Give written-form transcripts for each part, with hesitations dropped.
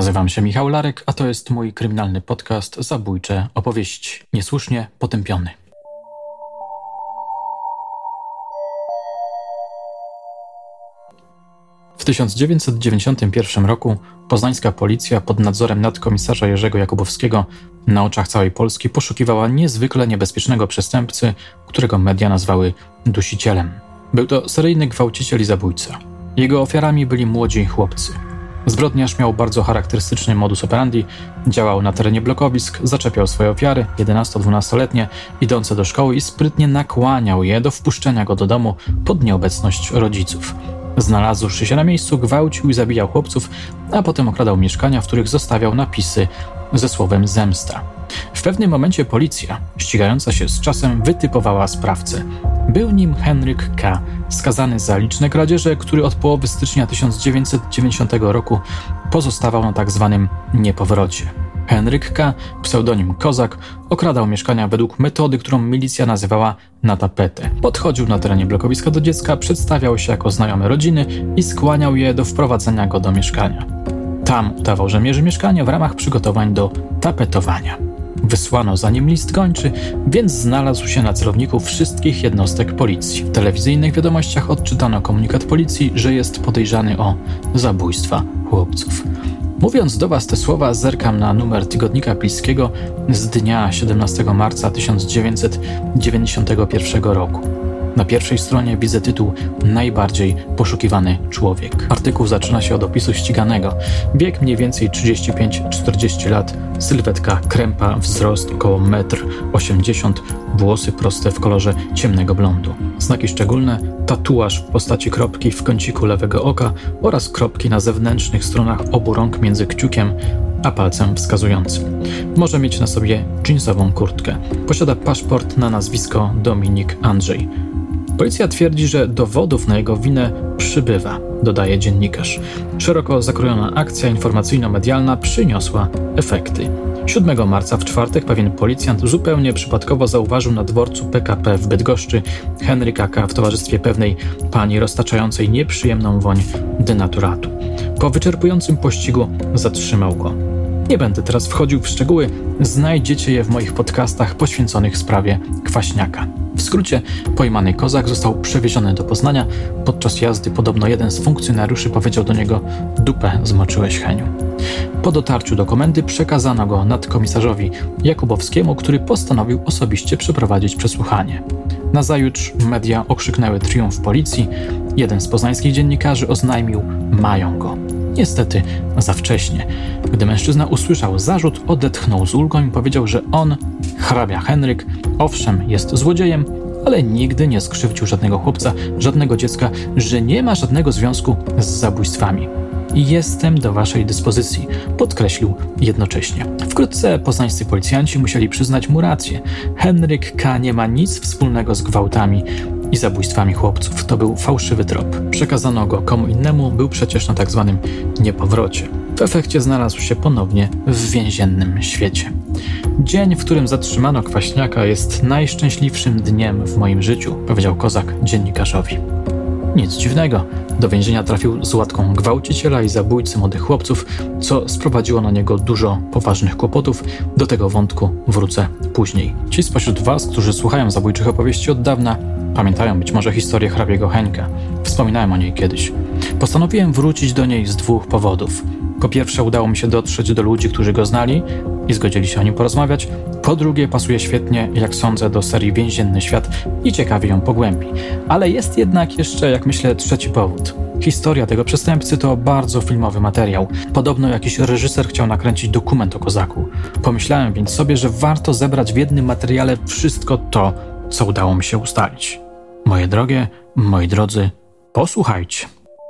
Nazywam się Michał Larek, a to jest mój kryminalny podcast Zabójcze opowieści. Niesłusznie potępiony. W 1991 roku poznańska policja pod nadzorem nadkomisarza Jerzego Jakubowskiego na oczach całej Polski poszukiwała niezwykle niebezpiecznego przestępcy, którego media nazwały dusicielem. Był to seryjny gwałciciel i zabójca. Jego ofiarami byli młodzi chłopcy. Zbrodniarz miał bardzo charakterystyczny modus operandi, działał na terenie blokowisk, zaczepiał swoje ofiary, 11-12-letnie, idące do szkoły i sprytnie nakłaniał je do wpuszczenia go do domu pod nieobecność rodziców. Znalazłszy się na miejscu, gwałcił i zabijał chłopców, a potem okradał mieszkania, w których zostawiał napisy ze słowem zemsta. W pewnym momencie policja, ścigająca się z czasem, wytypowała sprawcę. Był nim Henryk K., skazany za liczne kradzieże, który od połowy stycznia 1990 roku pozostawał na tzw. niepowrocie. Henryk K., pseudonim Kozak, okradał mieszkania według metody, którą milicja nazywała na tapetę. Podchodził na terenie blokowiska do dziecka, przedstawiał się jako znajomy rodziny i skłaniał je do wprowadzenia go do mieszkania. Tam udawał, że mierzy mieszkanie w ramach przygotowań do tapetowania. Wysłano za nim list gończy, więc znalazł się na celowniku wszystkich jednostek policji. W telewizyjnych wiadomościach odczytano komunikat policji, że jest podejrzany o zabójstwa chłopców. Mówiąc do Was te słowa, zerkam na numer Tygodnika Pilskiego z dnia 17 marca 1991 roku. Na pierwszej stronie widzę tytuł „Najbardziej poszukiwany człowiek”. Artykuł zaczyna się od opisu ściganego. Wiek mniej więcej 35-40 lat, sylwetka krępa, wzrost około 1,80 m, włosy proste w kolorze ciemnego blondu. Znaki szczególne: tatuaż w postaci kropki w kąciku lewego oka oraz kropki na zewnętrznych stronach obu rąk między kciukiem a palcem wskazującym. Może mieć na sobie dżinsową kurtkę. Posiada paszport na nazwisko Dominik Andrzej. Policja twierdzi, że dowodów na jego winę przybywa, dodaje dziennikarz. Szeroko zakrojona akcja informacyjno-medialna przyniosła efekty. 7 marca w czwartek pewien policjant zupełnie przypadkowo zauważył na dworcu PKP w Bydgoszczy Henryka K. w towarzystwie pewnej pani roztaczającej nieprzyjemną woń denaturatu. Po wyczerpującym pościgu zatrzymał go. Nie będę teraz wchodził w szczegóły, znajdziecie je w moich podcastach poświęconych sprawie Kwaśniaka. W skrócie, pojmany Kozak został przewieziony do Poznania. Podczas jazdy podobno jeden z funkcjonariuszy powiedział do niego: „Dupę zmoczyłeś, Heniu”. Po dotarciu do komendy przekazano go nadkomisarzowi Jakubowskiemu, który postanowił osobiście przeprowadzić przesłuchanie. Nazajutrz media okrzyknęły triumf policji. Jeden z poznańskich dziennikarzy oznajmił: „Mają go”. Niestety za wcześnie. Gdy mężczyzna usłyszał zarzut, odetchnął z ulgą i powiedział, że on, hrabia Henryk, owszem, jest złodziejem, ale nigdy nie skrzywdził żadnego chłopca, żadnego dziecka, że nie ma żadnego związku z zabójstwami. „Jestem do waszej dyspozycji”, podkreślił jednocześnie. Wkrótce poznańscy policjanci musieli przyznać mu rację. Henryk K. nie ma nic wspólnego z gwałtami i zabójstwami chłopców. To był fałszywy trop. Przekazano go komu innemu, był przecież na tzw. niepowrocie. W efekcie znalazł się ponownie w więziennym świecie. „Dzień, w którym zatrzymano Kwaśniaka, jest najszczęśliwszym dniem w moim życiu”, powiedział Kozak dziennikarzowi. Nic dziwnego. Do więzienia trafił z łatką gwałciciela i zabójcy młodych chłopców, co sprowadziło na niego dużo poważnych kłopotów. Do tego wątku wrócę później. Ci spośród Was, którzy słuchają zabójczych opowieści od dawna, pamiętają być może historię hrabiego Henka. Wspominałem o niej kiedyś. Postanowiłem wrócić do niej z 2 powodów. Po pierwsze, udało mi się dotrzeć do ludzi, którzy go znali i zgodzili się o nim porozmawiać. Po drugie, pasuje świetnie, jak sądzę, do serii Więzienny Świat i ciekawie ją pogłębi. Ale jest jednak jeszcze, jak myślę, trzeci powód. Historia tego przestępcy to bardzo filmowy materiał. Podobno jakiś reżyser chciał nakręcić dokument o Kozaku. Pomyślałem więc sobie, że warto zebrać w jednym materiale wszystko to, co udało mi się ustalić. Moje drogie, moi drodzy, posłuchajcie.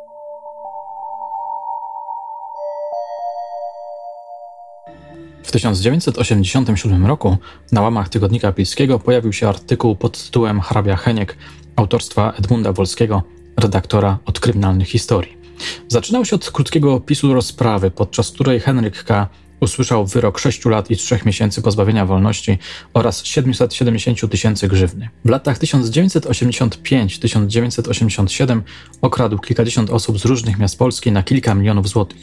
W 1987 roku na łamach Tygodnika Pilskiego pojawił się artykuł pod tytułem „Hrabia Heniek” autorstwa Edmunda Wolskiego, redaktora od kryminalnych historii. Zaczynał się od krótkiego opisu rozprawy, podczas której Henryk K. usłyszał wyrok 6 lat i 3 miesięcy pozbawienia wolności oraz 770 000 grzywny. W latach 1985-1987 okradł kilkadziesiąt osób z różnych miast Polski na kilka milionów złotych.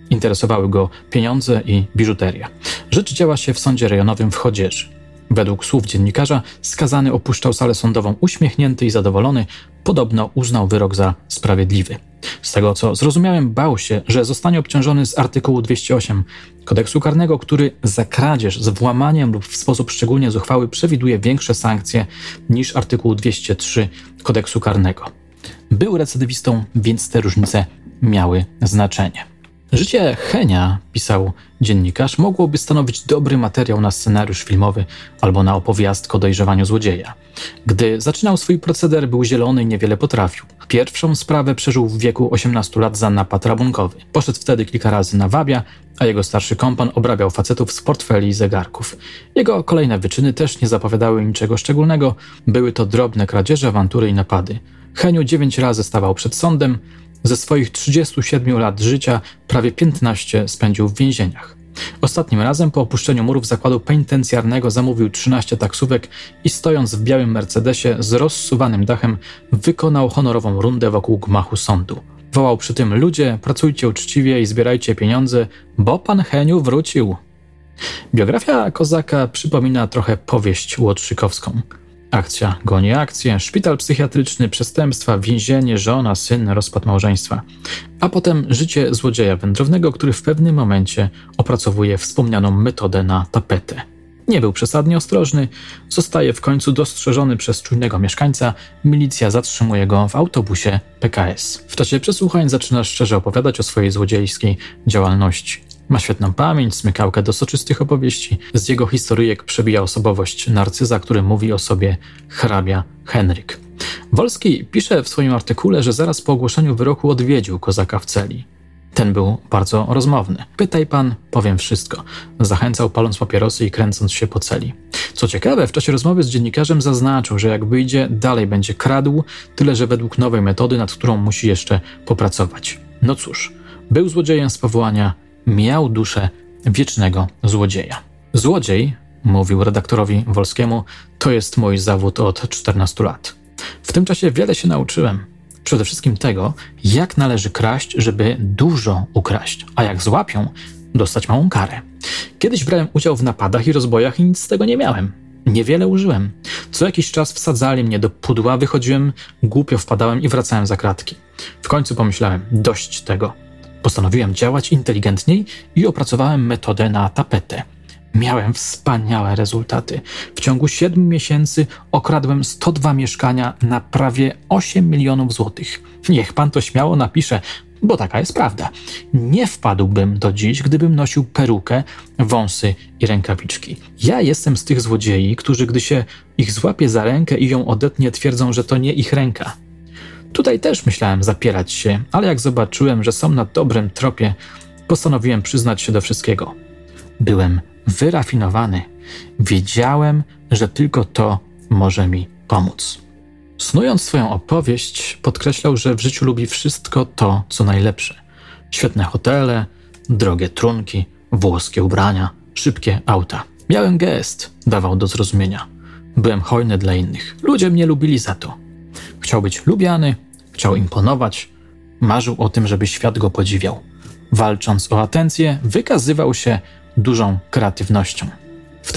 Interesowały go pieniądze i biżuteria. Rzecz działa się w sądzie rejonowym w Chodzieży. Według słów dziennikarza skazany opuszczał salę sądową uśmiechnięty i zadowolony, podobno uznał wyrok za sprawiedliwy. Z tego co zrozumiałem, bał się, że zostanie obciążony z artykułu 208 kodeksu karnego, który za kradzież z włamaniem lub w sposób szczególnie zuchwały przewiduje większe sankcje niż artykuł 203 kodeksu karnego. Był recydywistą, więc te różnice miały znaczenie. Życie Henia, pisał dziennikarz, mogłoby stanowić dobry materiał na scenariusz filmowy albo na opowiastkę o dojrzewaniu złodzieja. Gdy zaczynał swój proceder, był zielony i niewiele potrafił. Pierwszą sprawę przeżył w wieku 18 lat za napad rabunkowy. Poszedł wtedy kilka razy na wabia, a jego starszy kompan obrabiał facetów z portfeli i zegarków. Jego kolejne wyczyny też nie zapowiadały niczego szczególnego. Były to drobne kradzieże, awantury i napady. Heniu 9 razy stawał przed sądem. Ze swoich 37 lat życia prawie 15 spędził w więzieniach. Ostatnim razem po opuszczeniu murów zakładu penitencjarnego zamówił 13 taksówek i stojąc w białym Mercedesie z rozsuwanym dachem wykonał honorową rundę wokół gmachu sądu. Wołał przy tym: ludzie, pracujcie uczciwie i zbierajcie pieniądze, bo pan Heniu wrócił. Biografia kozaka przypomina trochę powieść łotrzykowską. Akcja goni akcję, szpital psychiatryczny, przestępstwa, więzienie, żona, syn, rozpad małżeństwa. A potem życie złodzieja wędrownego, który w pewnym momencie opracowuje wspomnianą metodę na tapetę. Nie był przesadnie ostrożny, zostaje w końcu dostrzeżony przez czujnego mieszkańca, milicja zatrzymuje go w autobusie PKS. W czasie przesłuchań zaczyna szczerze opowiadać o swojej złodziejskiej działalności. Ma świetną pamięć, smykałkę do soczystych opowieści. Z jego historyjek przebija osobowość narcyza, który mówi o sobie hrabia Henryk. Wolski pisze w swoim artykule, że zaraz po ogłoszeniu wyroku odwiedził kozaka w celi. Ten był bardzo rozmowny. Pytaj pan, powiem wszystko. Zachęcał, paląc papierosy i kręcąc się po celi. Co ciekawe, w czasie rozmowy z dziennikarzem zaznaczył, że jak wyjdzie, dalej będzie kradł, tyle że według nowej metody, nad którą musi jeszcze popracować. No cóż, był złodziejem z powołania, miał duszę wiecznego złodzieja. Złodziej, mówił redaktorowi Wolskiemu, to jest mój zawód od 14 lat. W tym czasie wiele się nauczyłem. Przede wszystkim tego, jak należy kraść, żeby dużo ukraść, a jak złapią, dostać małą karę. Kiedyś brałem udział w napadach i rozbojach i nic z tego nie miałem. Niewiele użyłem. Co jakiś czas wsadzali mnie do pudła, wychodziłem, głupio wpadałem i wracałem za kratki. W końcu pomyślałem, dość tego. Postanowiłem działać inteligentniej i opracowałem metodę na tapetę. Miałem wspaniałe rezultaty. W ciągu 7 miesięcy okradłem 102 mieszkania na prawie 8 milionów złotych. Niech pan to śmiało napisze, bo taka jest prawda. Nie wpadłbym do dziś, gdybym nosił perukę, wąsy i rękawiczki. Ja jestem z tych złodziei, którzy gdy się ich złapie za rękę i ją odetnie, twierdzą, że to nie ich ręka. Tutaj też myślałem zapierać się, ale jak zobaczyłem, że są na dobrym tropie, postanowiłem przyznać się do wszystkiego. Byłem wyrafinowany. Wiedziałem, że tylko to może mi pomóc. Snując swoją opowieść, podkreślał, że w życiu lubi wszystko to, co najlepsze. Świetne hotele, drogie trunki, włoskie ubrania, szybkie auta. Miałem gest, dawał do zrozumienia. Byłem hojny dla innych. Ludzie mnie lubili za to. Chciał być lubiany, chciał imponować, marzył o tym, żeby świat go podziwiał. Walcząc o atencję, wykazywał się dużą kreatywnością. W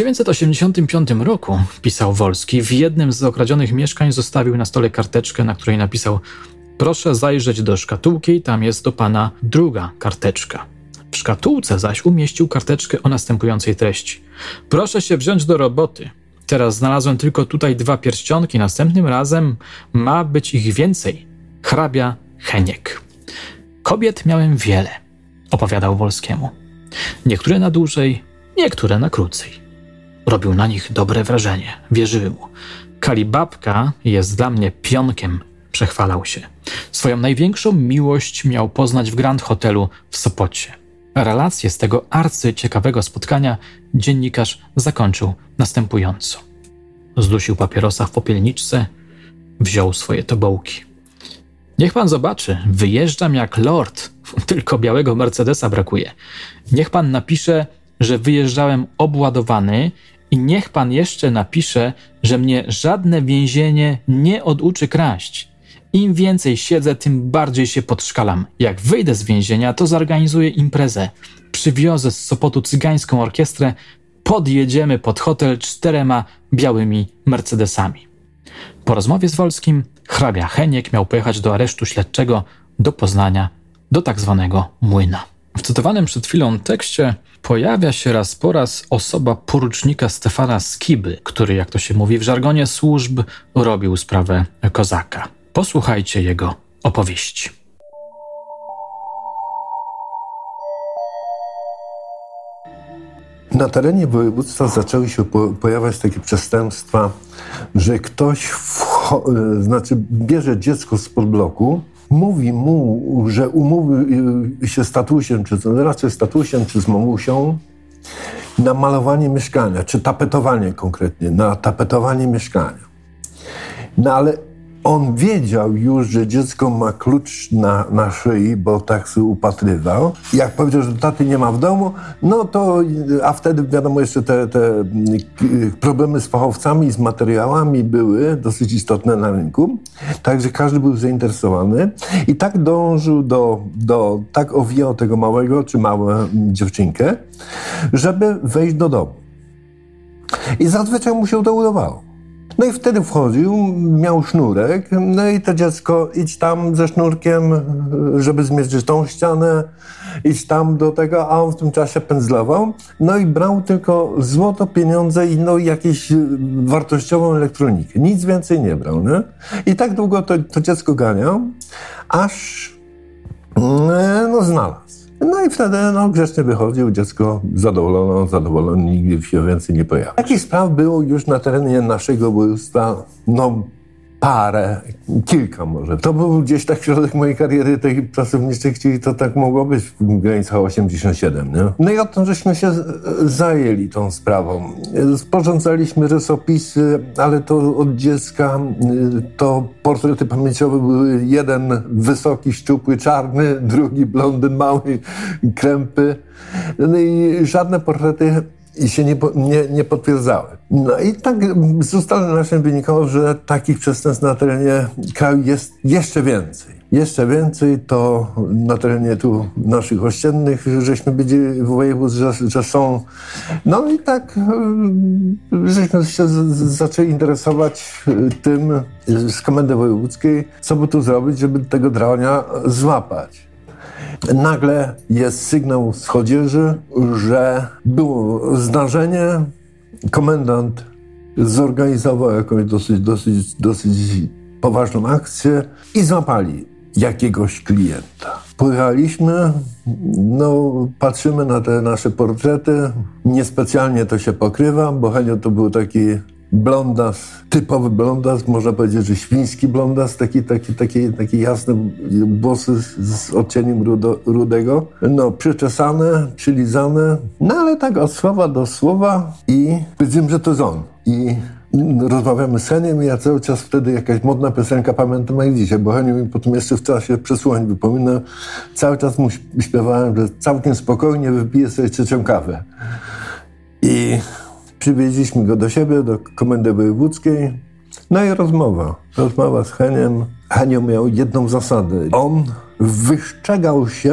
1985 roku, pisał Wolski, w jednym z okradzionych mieszkań zostawił na stole karteczkę, na której napisał: proszę zajrzeć do szkatułki, tam jest do pana druga karteczka. W szkatułce zaś umieścił karteczkę o następującej treści: proszę się wziąć do roboty. Teraz znalazłem tylko tutaj 2 pierścionki, następnym razem ma być ich więcej. Hrabia Heniek. Kobiet miałem wiele, opowiadał Wolskiemu. Niektóre na dłużej, niektóre na krócej. Robił na nich dobre wrażenie, wierzyły mu. Kalibabka jest dla mnie pionkiem, przechwalał się. Swoją największą miłość miał poznać w Grand Hotelu w Sopocie. Relację z tego arcyciekawego spotkania dziennikarz zakończył następująco. Zdusił papierosa w popielniczce, wziął swoje tobołki. Niech pan zobaczy, wyjeżdżam jak lord, tylko białego Mercedesa brakuje. Niech pan napisze, że wyjeżdżałem obładowany i niech pan jeszcze napisze, że mnie żadne więzienie nie oduczy kraść. Im więcej siedzę, tym bardziej się podszkalam. Jak wyjdę z więzienia, to zorganizuję imprezę. Przywiozę z Sopotu cygańską orkiestrę, podjedziemy pod hotel 4 białymi Mercedesami. Po rozmowie z Wolskim hrabia Heniek miał pojechać do aresztu śledczego do Poznania, do tak zwanego Młyna. W cytowanym przed chwilą tekście pojawia się raz po raz osoba porucznika Stefana Skiby, który, jak to się mówi w żargonie służb, robił sprawę kozaka. Posłuchajcie jego opowieści. Na terenie województwa zaczęły się pojawiać takie przestępstwa, że ktoś bierze dziecko spod bloku, mówi mu, że umówił się z tatusiem, raczej z tatusiem czy z mamusią, na malowanie mieszkania, czy tapetowanie konkretnie, na tapetowanie mieszkania. No ale on wiedział już, że dziecko ma klucz na szyi, bo tak sobie upatrywał. Jak powiedział, że taty nie ma w domu, no to, a wtedy wiadomo jeszcze te problemy z fachowcami, z materiałami były dosyć istotne na rynku. Także każdy był zainteresowany i tak dążył tak owijał tego małego czy małą dziewczynkę, żeby wejść do domu. I zazwyczaj mu się to udawało. No i wtedy wchodził, miał sznurek, no i to dziecko idź tam ze sznurkiem, żeby zmierzyć tą ścianę, idź tam do tego, a on w tym czasie pędzlował. No i brał tylko złoto, pieniądze i jakąś wartościową elektronikę. Nic więcej nie brał, nie? I tak długo to dziecko ganiał, aż znalazł. No i wtedy grzecznie wychodził, dziecko zadowolone, nigdy się więcej nie pojawił. Takich spraw było już na terenie naszego województwa, parę, kilka może. To był gdzieś tak środek mojej kariery tej pracowniczej, czyli to tak mogło być w granicach 87, nie? No i o tym żeśmy się zajęli tą sprawą. Sporządzaliśmy rysopisy, ale to od dziecka to portrety pamięciowe były jeden wysoki, szczupły, czarny, drugi blondyn, mały, krępy. No i żadne portrety się nie potwierdzały. No i tak z ustaleń naszych wynikało, że takich przestępstw na terenie kraju jest jeszcze więcej. Jeszcze więcej to na terenie tu naszych ościennych, żeśmy widzieli w województwie, że są. No i tak żeśmy się zaczęli interesować tym z Komendy Wojewódzkiej, co by tu zrobić, żeby tego drania złapać. Nagle jest sygnał z Chodzieży, że było zdarzenie. Komendant zorganizował jakąś dosyć poważną akcję i złapali jakiegoś klienta. Pojechaliśmy, patrzymy na te nasze portrety. Niespecjalnie to się pokrywa, bo Henio to był taki blondas, typowy blondas, można powiedzieć, że świński blondas, taki jasny, włosy z odcieniem rudego, przyczesane, przylizane, ale tak od słowa do słowa i widzimy, że to jest on. I rozmawiamy z Heniem i ja cały czas wtedy jakaś modna piosenka, pamiętam jak dzisiaj, bo Henio mi potem jeszcze w czasie przesłuchań wypomina, cały czas mu śpiewałem, że całkiem spokojnie wypiję sobie trzecią kawę. I przywieźliśmy go do siebie, do Komendy Wojewódzkiej. No i rozmowa z Heniem. Henio miał jedną zasadę. On wyszczegał się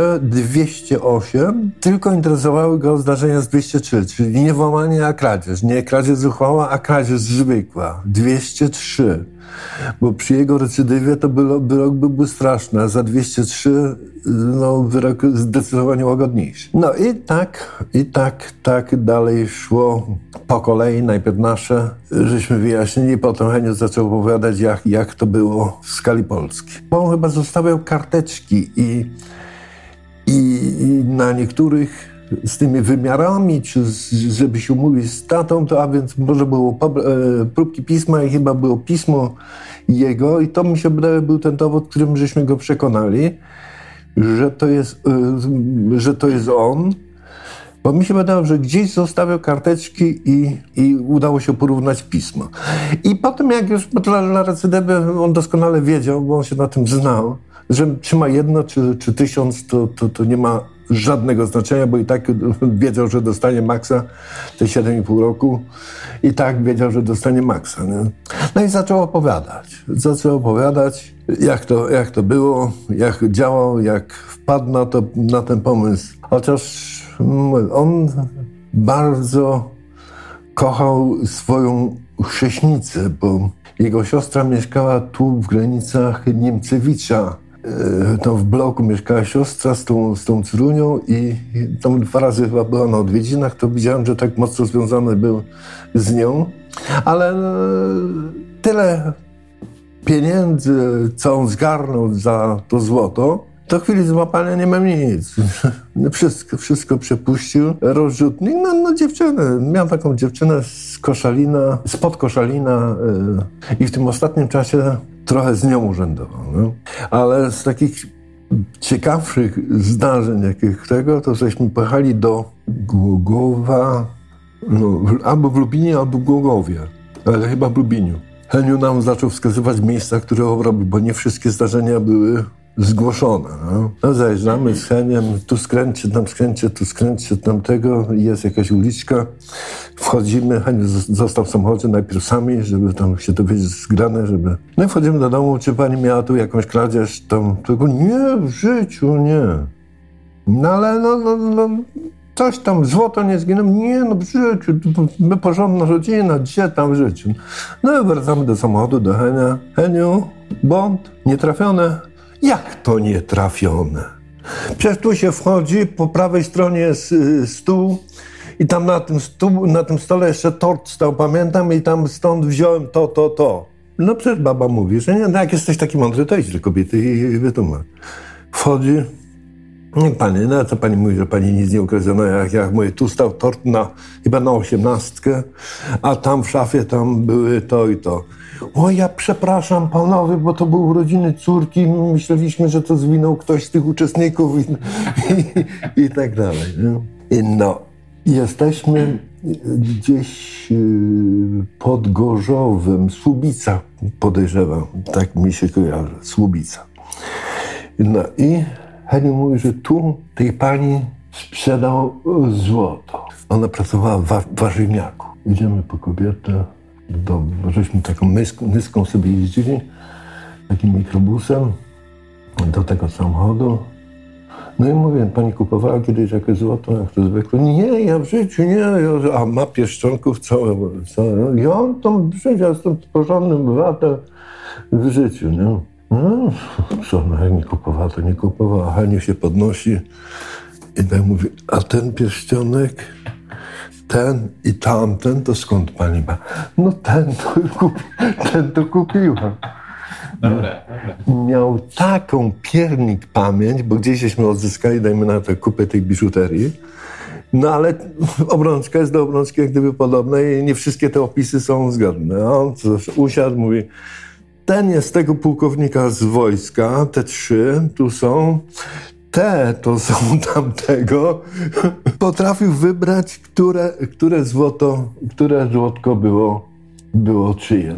208, tylko interesowały go zdarzenia z 203, czyli nie włamanie, a kradzież. Nie kradzież zuchwała, a kradzież zwykła. 203. Bo przy jego recydywie to wyrok byłby straszny, a za 203 wyrok zdecydowanie łagodniejszy. No i tak dalej szło po kolei, najpierw nasze, żeśmy wyjaśnili, potem Henio zaczął opowiadać, jak to było w skali Polski. Bo on chyba zostawiał karteczki i na niektórych z tymi wymiarami, czy żeby się umówić z tatą, to a więc może było próbki pisma i chyba było pismo jego i to mi się wydaje był ten dowód, którym żeśmy go przekonali, że to jest on, bo mi się wydało, że gdzieś zostawiał karteczki i udało się porównać pismo. I potem jak już dla recydywy on doskonale wiedział, bo on się na tym znał, że czy ma jedno, czy 1000, to nie ma żadnego znaczenia, bo i tak wiedział, że dostanie maksa te 7,5 roku. I tak wiedział, że dostanie maksa. Nie? No i zaczął opowiadać. Jak to było, jak działał, jak wpadł na ten pomysł. Chociaż on bardzo kochał swoją chrześnicę, bo jego siostra mieszkała tu w granicach Niemcewicza. Tam w bloku mieszkała siostra z tą córunią i tam 2 razy chyba była na odwiedzinach, to widziałem, że tak mocno związany był z nią. Ale tyle pieniędzy, co on zgarnął za to złoto, do chwili złapania nie mam nic. Wszystko przepuścił. Rozrzutnik, no dziewczynę. Miałem taką dziewczynę spod Koszalina i w tym ostatnim czasie trochę z nią urzędował. No. Ale z takich ciekawszych zdarzeń jakich tego, to żeśmy pojechali do Głogowa, albo w Lubinie, albo w Głogowie, ale chyba w Lubiniu. Heniu nam zaczął wskazywać miejsca, które obrobił, bo nie wszystkie zdarzenia były zgłoszone. No zajeżdżamy z Heniem, tu skręćcie, tu skręćcie, tamtego, jest jakaś uliczka. Wchodzimy, Heniu został w samochodzie najpierw sami, żeby tam się dowiedzieć zgrane, żeby... No i wchodzimy do domu, czy pani miała tu jakąś kradzież tam? Tylko nie, w życiu nie. No ale coś tam, złoto nie zginęło. Nie, w życiu, my porządna rodzina, gdzie tam w życiu? No i wracamy do samochodu, do Henia. Heniu, błąd, nietrafione. Jak to nietrafione? Przecież tu się wchodzi, po prawej stronie jest stół i tam na tym stole jeszcze tort stał, pamiętam, i tam stąd wziąłem to. No przecież baba mówi, że nie, no jak jesteś taki mądry, to idź do kobiety i wytłumacz. Wchodzi, pani, no co pani mówi, że pani nic nie ukradziono, jak mówię, tu stał tort chyba na 18, a tam w szafie tam były to i to. O, ja przepraszam panowie, bo to były urodziny córki, myśleliśmy, że to zwinął ktoś z tych uczestników i tak dalej. No, jesteśmy gdzieś pod Gorzowem, Słubica podejrzewam, tak mi się kojarzy, Słubica. No i Heniu mówi, że tu tej pani sprzedał złoto. Ona pracowała w warzywniaku. Idziemy po kobietę. Żeśmy taką nyską sobie jeździli, takim mikrobusem do tego samochodu. No i mówię, pani kupowała kiedyś jakieś złoto, jak to zwykle? Nie, ja w życiu nie. A ma pieszczonków całe. Ja tam w życiu, ja jestem porządny obywatel w życiu, nie? No, co, jak nie kupowała, to nie kupowała. Heniu się podnosi i tak mówi, a ten pierścionek, ten i tamten, to skąd pani ma? No ten to kupiła. Dobra. Miał taką piernik pamięć, bo gdzieśmy odzyskali, dajmy na to, kupę tej biżuterii. No ale obrączka jest do obrączki jak gdyby podobna i nie wszystkie te opisy są zgodne. A on usiadł, mówi, ten jest tego pułkownika z wojska, te 3 tu są. Te to są tamtego. Potrafił wybrać, które złotko było czyje.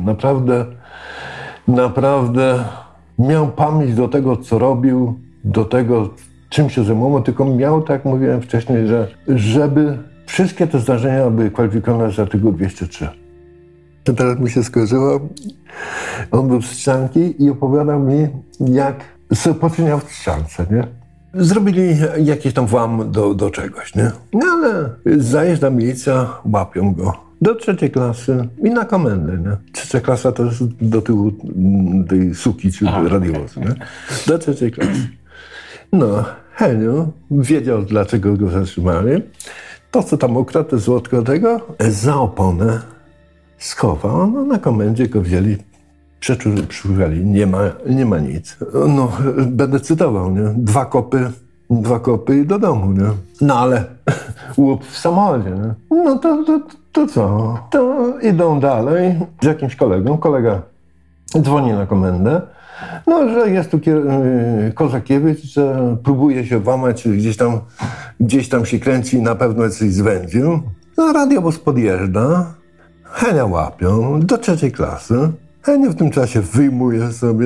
Naprawdę miał pamięć do tego, co robił, do tego, czym się zajmował, tylko miał, tak jak mówiłem wcześniej, że żeby wszystkie te zdarzenia były kwalifikowane z artykułu 203. Teraz mi się skojarzyło, on był z Trzcianki i opowiadał mi, jak sobie poczyniał w Trzciance, nie? Zrobili jakiś tam włam do czegoś, nie? No ale zajeżdża milicja, łapią go. Do 3. klasy i na komendę, nie? 3. klasa to jest do tyłu tej suki, czy radiowozu, nie? Do 3. klasy. No, Heniu wiedział, dlaczego go zatrzymali. To, co tam ukradł, to złotko tego, za oponę schował. No, na komendzie go wzięli, przeszukali, nie ma nic. No, będę cytował, nie? 2 kopy i do domu, nie? No, ale łup w samochodzie, nie? No, to co? To idą dalej z jakimś kolegą. Kolega dzwoni na komendę, no, że jest tu Kozakiewicz, że próbuje się włamać, gdzieś tam się kręci i na pewno coś zwędził. No, radiowóz podjeżdża, Henia łapią do 3. klasy. Heniu w tym czasie wyjmuje sobie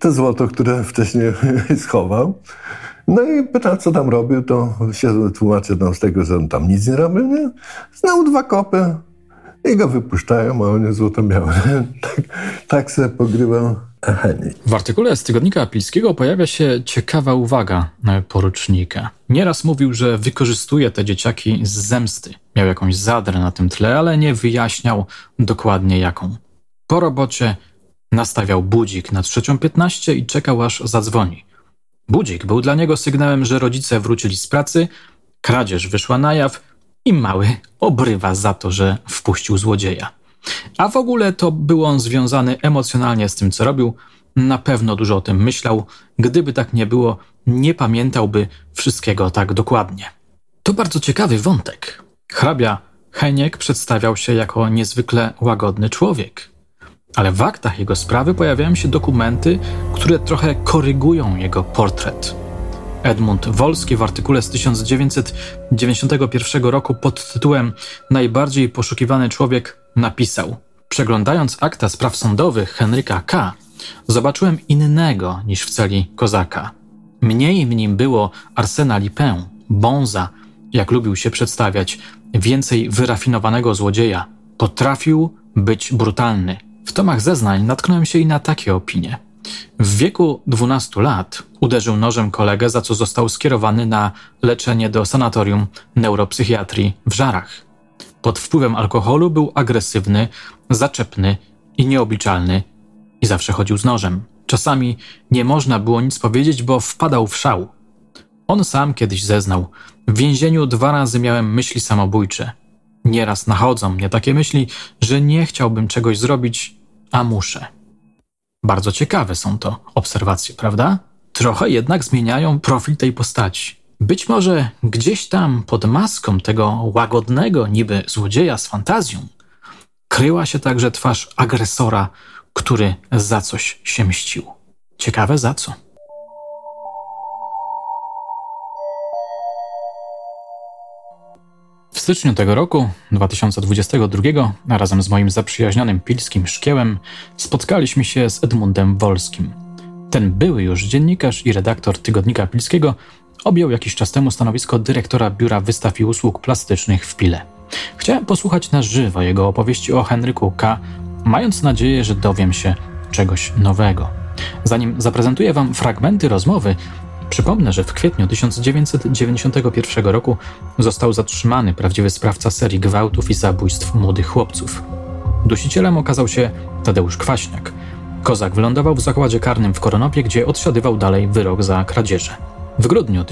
to złoto, które wcześniej schował. No i pyta, co tam robił, to się tłumaczy z tego, że on tam nic nie robił, nie? Znał 2 kopy i go wypuszczają, a on złoto miał. Tak sobie pogrywał Henryk. W artykule z Tygodnika Pilskiego pojawia się ciekawa uwaga porucznika. Nieraz mówił, że wykorzystuje te dzieciaki z zemsty. Miał jakąś zadrę na tym tle, ale nie wyjaśniał dokładnie jaką. Po robocie nastawiał budzik na 3:15 i czekał, aż zadzwoni. Budzik był dla niego sygnałem, że rodzice wrócili z pracy, kradzież wyszła na jaw i mały obrywa za to, że wpuścił złodzieja. A w ogóle to był on związany emocjonalnie z tym, co robił. Na pewno dużo o tym myślał. Gdyby tak nie było, nie pamiętałby wszystkiego tak dokładnie. To bardzo ciekawy wątek. Hrabia Heniek przedstawiał się jako niezwykle łagodny człowiek. Ale w aktach jego sprawy pojawiają się dokumenty, które trochę korygują jego portret. Edmund Wolski w artykule z 1991 roku pod tytułem „Najbardziej poszukiwany człowiek” napisał: „Przeglądając akta spraw sądowych Henryka K., zobaczyłem innego niż w celi kozaka. Mniej w nim było Arsena Lupin, bonza, jak lubił się przedstawiać, więcej wyrafinowanego złodzieja. Potrafił być brutalny”. W tomach zeznań natknąłem się i na takie opinie. W wieku 12 lat uderzył nożem kolegę, za co został skierowany na leczenie do sanatorium neuropsychiatrii w Żarach. Pod wpływem alkoholu był agresywny, zaczepny i nieobliczalny i zawsze chodził z nożem. Czasami nie można było nic powiedzieć, bo wpadał w szał. On sam kiedyś zeznał: „W więzieniu 2 razy miałem myśli samobójcze. Nieraz nachodzą mnie takie myśli, że nie chciałbym czegoś zrobić, a muszę”. Bardzo ciekawe są to obserwacje, prawda? Trochę jednak zmieniają profil tej postaci. Być może gdzieś tam pod maską tego łagodnego niby złodzieja z fantazją kryła się także twarz agresora, który za coś się mścił. Ciekawe za co. W styczniu tego roku, 2022, razem z moim zaprzyjaźnionym pilskim szkiełem spotkaliśmy się z Edmundem Wolskim. Ten były już dziennikarz i redaktor Tygodnika Pilskiego objął jakiś czas temu stanowisko dyrektora Biura Wystaw i Usług Plastycznych w Pile. Chciałem posłuchać na żywo jego opowieści o Henryku K., mając nadzieję, że dowiem się czegoś nowego. Zanim zaprezentuję wam fragmenty rozmowy, przypomnę, że w kwietniu 1991 roku został zatrzymany prawdziwy sprawca serii gwałtów i zabójstw młodych chłopców. Dusicielem okazał się Tadeusz Kwaśniak. Kozak wylądował w zakładzie karnym w Koronopie, gdzie odsiadywał dalej wyrok za kradzieże. W grudniu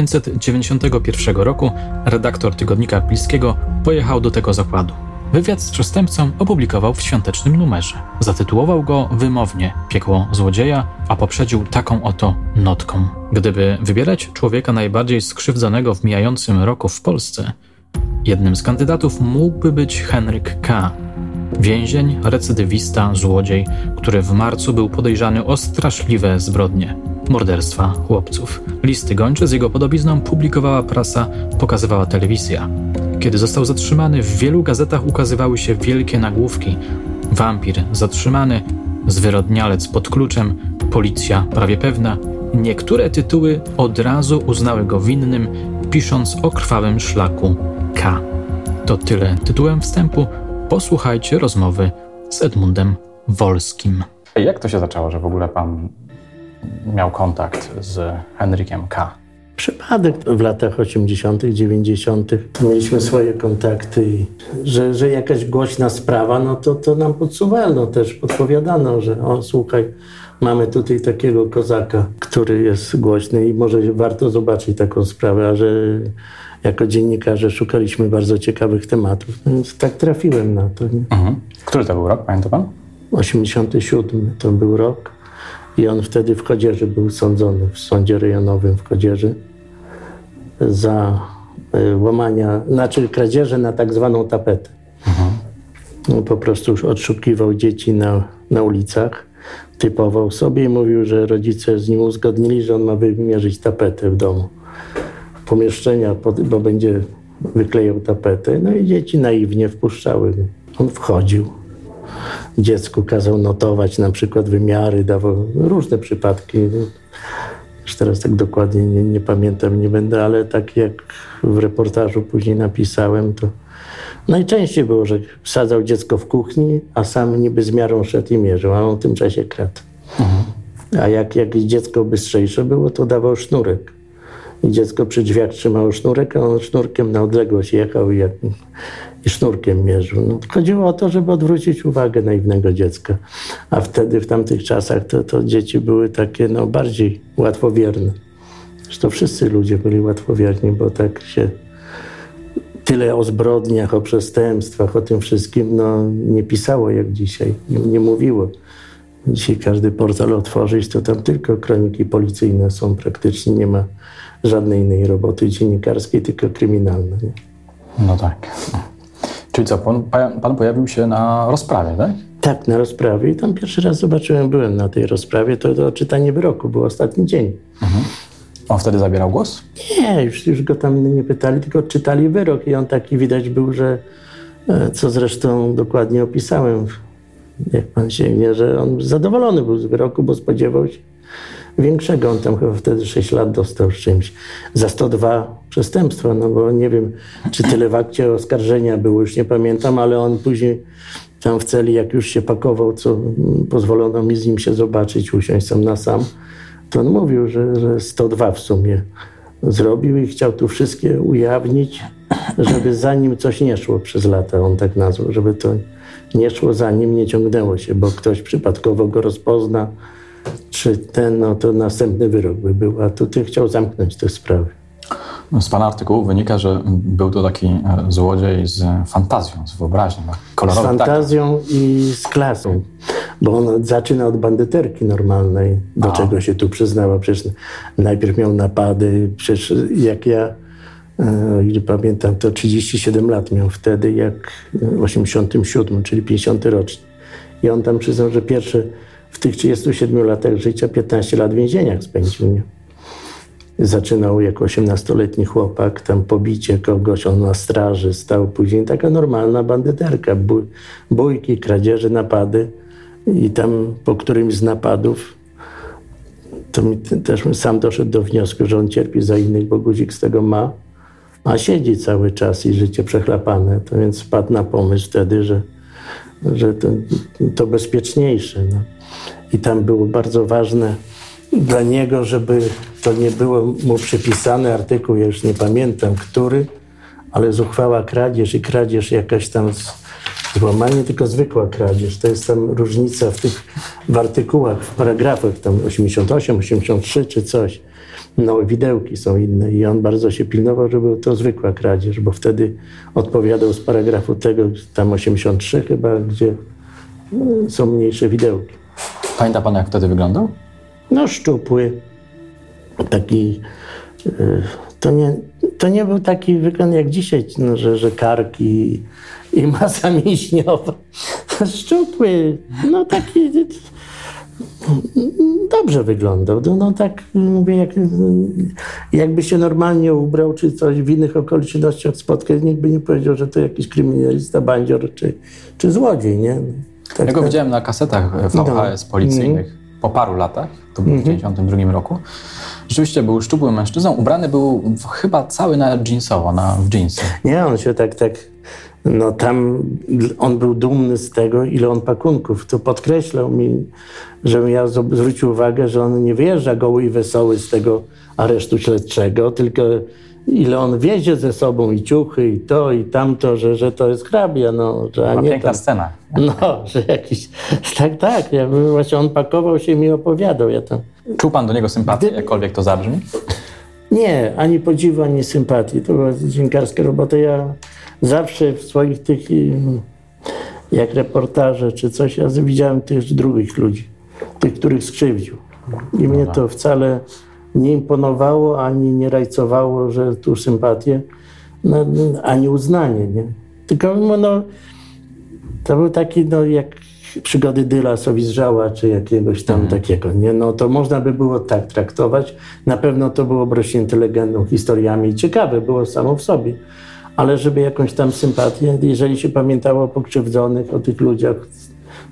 1991 roku redaktor Tygodnika Pilskiego pojechał do tego zakładu. Wywiad z przestępcą opublikował w świątecznym numerze. Zatytułował go wymownie „Piekło złodzieja”, a poprzedził taką oto notką: „Gdyby wybierać człowieka najbardziej skrzywdzonego w mijającym roku w Polsce, jednym z kandydatów mógłby być Henryk K., więzień, recydywista, złodziej, który w marcu był podejrzany o straszliwe zbrodnie, morderstwa chłopców. Listy gończe z jego podobizną publikowała prasa, pokazywała telewizja. Kiedy został zatrzymany, w wielu gazetach ukazywały się wielkie nagłówki: wampir zatrzymany, zwyrodnialec pod kluczem, policja prawie pewna. Niektóre tytuły od razu uznały go winnym, pisząc o krwawym szlaku K”. To tyle tytułem wstępu. Posłuchajcie rozmowy z Edmundem Wolskim. Jak to się zaczęło, że w ogóle pan miał kontakt z Henrykiem K.? Przypadek w latach 80., 90. Mieliśmy swoje kontakty i że jakaś głośna sprawa, no to nam podsuwano też, podpowiadano, że o słuchaj, mamy tutaj takiego kozaka, który jest głośny i może warto zobaczyć taką sprawę, a że jako dziennikarze szukaliśmy bardzo ciekawych tematów, no więc tak trafiłem na to. Nie? Który to był rok, pamięta pan? 87 to był rok i on wtedy w Chodzieży był sądzony, w sądzie rejonowym w Chodzieży za kradzieże na tak zwaną tapetę. No, po prostu już odszukiwał dzieci na ulicach, typował sobie i mówił, że rodzice z nim uzgodnili, że on ma wymierzyć tapetę w domu. Pomieszczenia, bo będzie wyklejał tapetę, no i dzieci naiwnie wpuszczały. On wchodził. dziecku kazał notować na przykład wymiary, dawał różne przypadki. Już teraz tak dokładnie nie pamiętam, nie będę, ale tak jak w reportażu później napisałem, to najczęściej było, że wsadzał dziecko w kuchni, a sam niby z miarą szedł i mierzył, a on w tym czasie kradł. A jak jakieś dziecko bystrzejsze było, to dawał sznurek. I dziecko przy drzwiach trzymało sznurek, a on sznurkiem na odległość jechał i sznurkiem mierzył. No, chodziło o to, żeby odwrócić uwagę naiwnego dziecka. A wtedy, w tamtych czasach, to dzieci były takie bardziej łatwowierne. Zresztą wszyscy ludzie byli łatwowierni, bo tak się tyle o zbrodniach, o przestępstwach, o tym wszystkim nie pisało jak dzisiaj, nie mówiło. Dzisiaj każdy portal otworzyć, to tam tylko kroniki policyjne są praktycznie, nie ma żadnej innej roboty dziennikarskiej, tylko kryminalnej. Nie? No tak. Czyli co, pan pojawił się na rozprawie, tak? Tak, na rozprawie i tam pierwszy raz byłem na tej rozprawie, to czytanie wyroku, był ostatni dzień. On wtedy zabierał głos? Nie, już go tam nie pytali, tylko czytali wyrok i on taki widać był, że co zresztą dokładnie opisałem, jak pan sięgnie, że on zadowolony był z wyroku, bo spodziewał się większego. On tam chyba wtedy 6 lat dostał z czymś. Za 102 przestępstwa, bo nie wiem, czy tyle w akcie oskarżenia było, już nie pamiętam, ale on później tam w celi, jak już się pakował, co pozwolono mi z nim się zobaczyć, usiąść sam na sam, to on mówił, że 102 w sumie zrobił i chciał tu wszystkie ujawnić, żeby za nim coś nie szło przez lata, on tak nazwał, żeby to nie szło za nim, nie ciągnęło się, bo ktoś przypadkowo go rozpozna, czy to następny wyrok by był, a to ty chciał zamknąć tę sprawę. Z pana artykułu wynika, że był to taki złodziej z fantazją, z wyobraźnią. Z fantazją i z klasą, bo on zaczyna od bandyterki normalnej, do czego się tu przyznała. Przecież najpierw miał napady, przecież jak ja, ile pamiętam, to 37 lat miał wtedy, jak w 87, czyli 50 rocznik. I on tam przyznał, że pierwsze w tych 37 latach życia 15 lat w więzieniach spędził. Nie? Zaczynał jako 18-letni chłopak, tam pobicie kogoś, on na straży stał, później taka normalna bandyterka, bójki, kradzieże, napady i tam po którymś z napadów to mi też sam doszedł do wniosku, że on cierpi za innych, bo guzik z tego ma, a siedzi cały czas i życie przechlapane, to więc wpadł na pomysł wtedy, że to bezpieczniejsze. No. I tam było bardzo ważne dla niego, żeby to nie było mu przypisane, artykuł, ja już nie pamiętam, który, ale zuchwała kradzież i kradzież jakaś tam złamanie, tylko zwykła kradzież. To jest tam różnica w artykułach, w paragrafach, tam 88, 83 czy coś. Widełki są inne i on bardzo się pilnował, żeby to zwykła kradzież, bo wtedy odpowiadał z paragrafu tego, tam 83 chyba, gdzie są mniejsze widełki. Pamięta pan, jak wtedy wyglądał? Szczupły. Taki... To nie był taki wygląd jak dzisiaj, że karki i masa mięśniowa. Szczupły. Taki... Dobrze wyglądał. Tak mówię, jakby się normalnie ubrał, czy coś w innych okolicznościach spotkać, nikt by nie powiedział, że to jakiś kryminalista, bandzior, czy złodziej, nie? Tak, ja go widziałem na kasetach VHS policyjnych po paru latach, to było w 1992 roku. Rzeczywiście był szczupłym mężczyzną, ubrany był chyba cały na jeansowo, w dżinsy. Nie, on się tak tam on był dumny z tego, ile on pakunków. To podkreślał mi, żebym ja zwrócił uwagę, że on nie wyjeżdża goły i wesoły z tego aresztu śledczego, tylko ile on wiezie ze sobą i ciuchy, i to, i tamto, że to jest hrabia. Że nie piękna scena. Że jakiś... Tak. Właśnie on pakował się i mi opowiadał. Czuł pan do niego sympatię, jakkolwiek to zabrzmi? Nie, ani podziwu, ani sympatii. To była dziennikarska robota. Ja zawsze w swoich tych, jak reportaże czy coś, ja widziałem tych drugich ludzi, tych, których skrzywdził. I mnie to wcale nie imponowało, ani nie rajcowało, że tu sympatię, ani uznanie, nie? Tylko to był taki, jak przygody Dyla, Sowizrzała, czy jakiegoś tam takiego, nie? To można by było tak traktować. Na pewno to było obrośnięte legendą, historiami i ciekawe było samo w sobie. Ale żeby jakąś tam sympatię, jeżeli się pamiętało o pokrzywdzonych, o tych ludziach,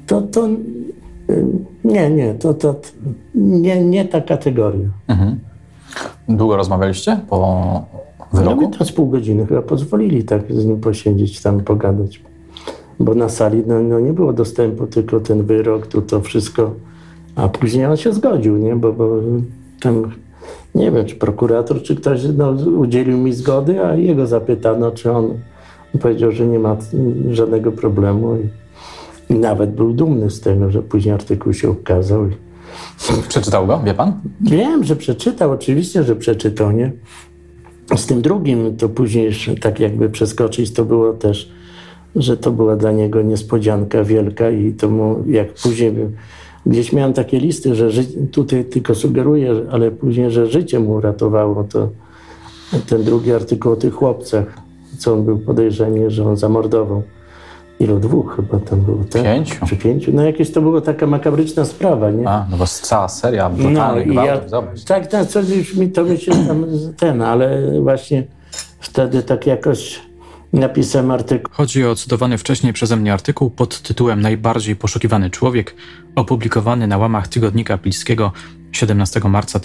nie ta kategoria. Mhm. Długo rozmawialiście po wyroku? No mi to z pół godziny chyba pozwolili tak z nim posiedzieć, tam pogadać. Bo na sali nie było dostępu, tylko ten wyrok, to wszystko. A później on się zgodził, nie? Bo tam, nie wiem, czy prokurator, czy ktoś udzielił mi zgody, a jego zapytano, czy on powiedział, że nie ma żadnego problemu. I nawet był dumny z tego, że później artykuł się ukazał. Przeczytał go, wie pan? Wiem, że przeczytał, oczywiście, że przeczytał, nie? Z tym drugim to później tak jakby przeskoczyć, to było też, że to była dla niego niespodzianka wielka i to mu, jak później gdzieś miałem takie listy, że tutaj tylko sugeruję, ale później, że życie mu uratowało, to ten drugi artykuł o tych chłopcach, co on był podejrzany, że on zamordował. Dwóch chyba tam było, tak? 5? Czy 5? No jakieś to była taka makabryczna sprawa, nie? No bo cała seria brutalnych gwałtów, zobacz. Tak, co już to mi się tam ale właśnie wtedy tak jakoś napisałem artykuł. Chodzi o cytowany wcześniej przeze mnie artykuł pod tytułem Najbardziej poszukiwany człowiek, opublikowany na łamach Tygodnika Pilskiego 17 marca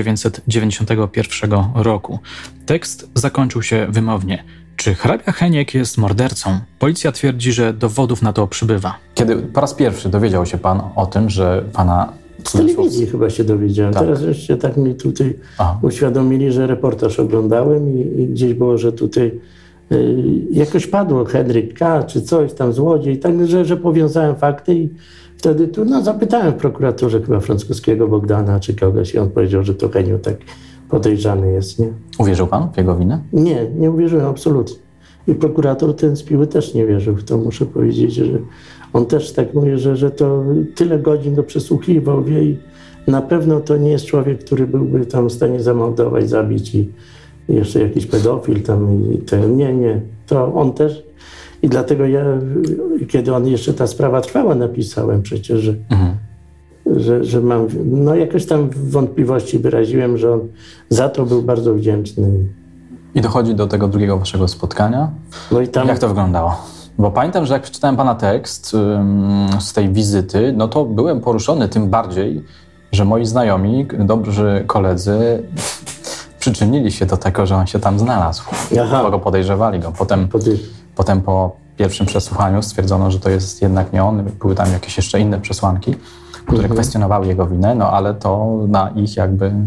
1991 roku. Tekst zakończył się wymownie. Czy hrabia Heniek jest mordercą? Policja twierdzi, że dowodów na to przybywa. Kiedy po raz pierwszy dowiedział się pan o tym, że pana... Z telewizji chyba się dowiedziałem. Tak. Teraz jeszcze tak mi tutaj uświadomili, że reportaż oglądałem i gdzieś było, że tutaj jakoś padło Henryk K. czy coś tam, złodziej, tak, że powiązałem fakty i wtedy tu zapytałem w prokuraturze chyba francuskiego Bogdana czy kogoś i on powiedział, że to Heniu tak podejrzany jest, nie? Uwierzył pan w jego winę? Nie uwierzyłem absolutnie. I prokurator ten z Piły też nie wierzył w to, muszę powiedzieć, że on też tak mówi, że to tyle godzin go przesłuchiwał, wie i na pewno to nie jest człowiek, który byłby tam w stanie zamordować, zabić i jeszcze jakiś pedofil tam i ten. Nie, to on też. I dlatego ja, kiedy on jeszcze ta sprawa trwała, napisałem przecież, że mam, jakoś tam wątpliwości wyraziłem, że on za to był bardzo wdzięczny. I dochodzi do tego drugiego waszego spotkania. No i tam... Jak to wyglądało? Bo pamiętam, że jak przeczytałem pana tekst z tej wizyty, to byłem poruszony tym bardziej, że moi znajomi, dobrzy koledzy przyczynili się do tego, że on się tam znalazł. Bo podejrzewali go. Potem po pierwszym przesłuchaniu stwierdzono, że to jest jednak nie on. Były tam jakieś jeszcze inne przesłanki, które kwestionowały jego winę, ale to na ich